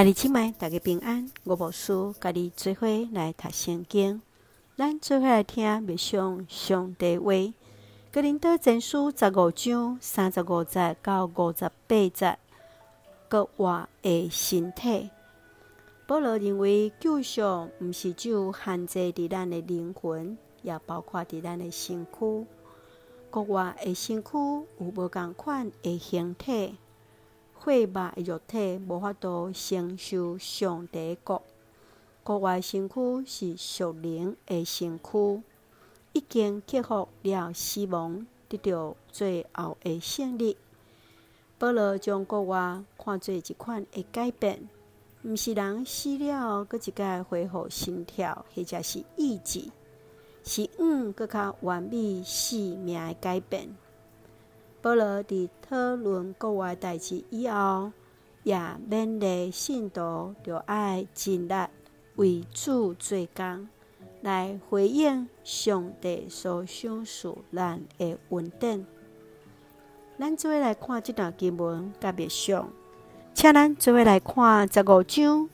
兄弟姊妹，大家平安。我牧师甲你做伙来读圣经，咱做伙来听默想上帝话。哥林多前书15章35节到58节，国外的身体。保罗认为救赎毋是只有限制伫咱的灵魂，也包括伫咱的身躯。国外的身躯有无同款的形体。血肉的肉体无法度承受上帝国。国外身躯是属灵的身躯，已经克服了死亡，得到最后的胜利。保罗将国外看作一款的改变，毋是人死了搁一摆恢复心跳，或者是意志，是搁较完美生命的改变。保罗伫讨论国外代志以后，也勉励信徒着爱尽力为主做工，来回应上帝所赏赐咱的恩典。咱做伙来看这段经文甲默想，请咱做伙来看15章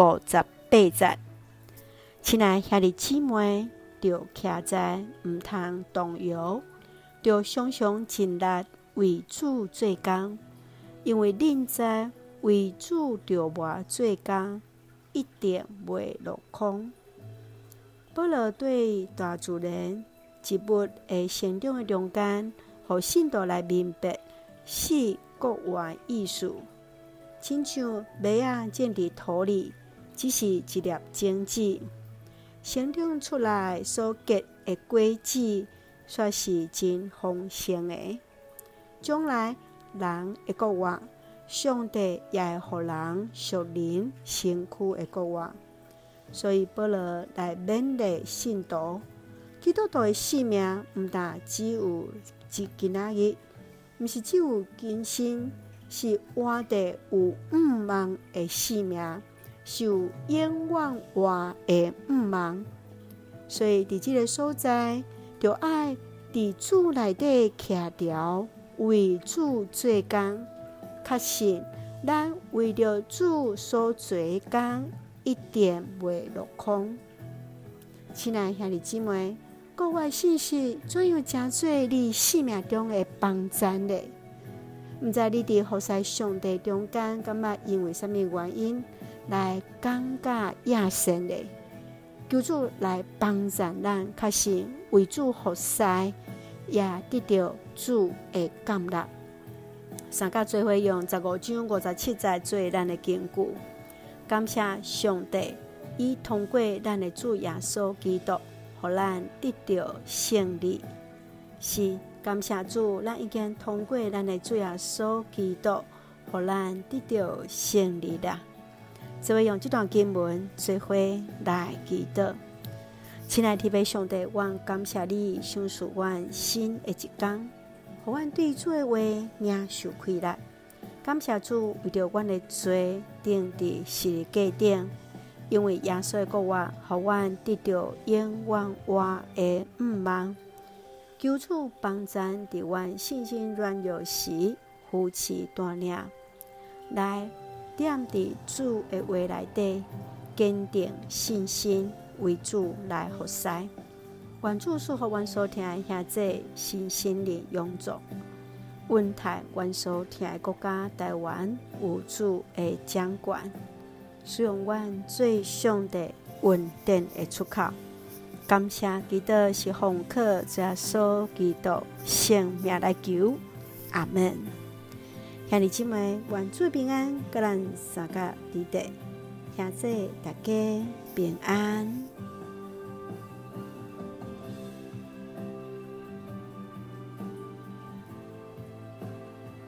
58节。亲爱兄弟姊妹，着徛在毋通动摇，着常常尽力为主做工，因为恁知为主着我做工，一定袂落空。保罗对大自然植物的成长的中间，互信徒来明白是国外意思，亲像麦仔种伫土里，只是一粒种子，生长出来所结的果子，却是真丰盛的。将来人的国外，上帝也会互人属灵身躯的国外。所以保罗来勉励信徒，基督徒的生命毋但只有今仔日，毋是只有今生，是活得有盼望的生命，是有永远活的盼望。所以伫这个所在，就爱伫主内底徛牢，为主做工，确信咱为着主所做工，一定袂落空。亲爱兄弟姊妹，国外信息怎样真做你生命中的帮赞呢？毋知你伫服侍上帝中间，感觉因为什么原因来感觉亚神呢？求主来帮赞咱，确信为主服侍，也得到主的感纳。三甲做伙用15章57节做咱的根据。感谢上帝，伊通过咱的主耶稣基督，互咱得到胜利。是感谢主，咱已经通过咱的主耶稣基督，互咱得到胜利啦。做伙用这段经文做伙来祈祷。亲爱的天父上帝，阮感谢你赏赐阮新的一天，互阮对主的话领受开力。感谢主为着阮的罪钉伫十字架顶，因为耶稣的国外，互阮得到永远活的盼望。求主帮咱伫阮信心软弱时扶持带领，来踮伫主的话内底，坚定信心，为主来服侍。愿主赐予阮所听的兄弟新心灵永驻，稳泰阮所听的国家台湾有主的掌管，使用阮最上帝稳定的出口。感谢基督是奉靠耶稣基督圣名来求，阿们。兄弟姊妹，愿主平安，甲咱三甲伫地，兄弟大家平安。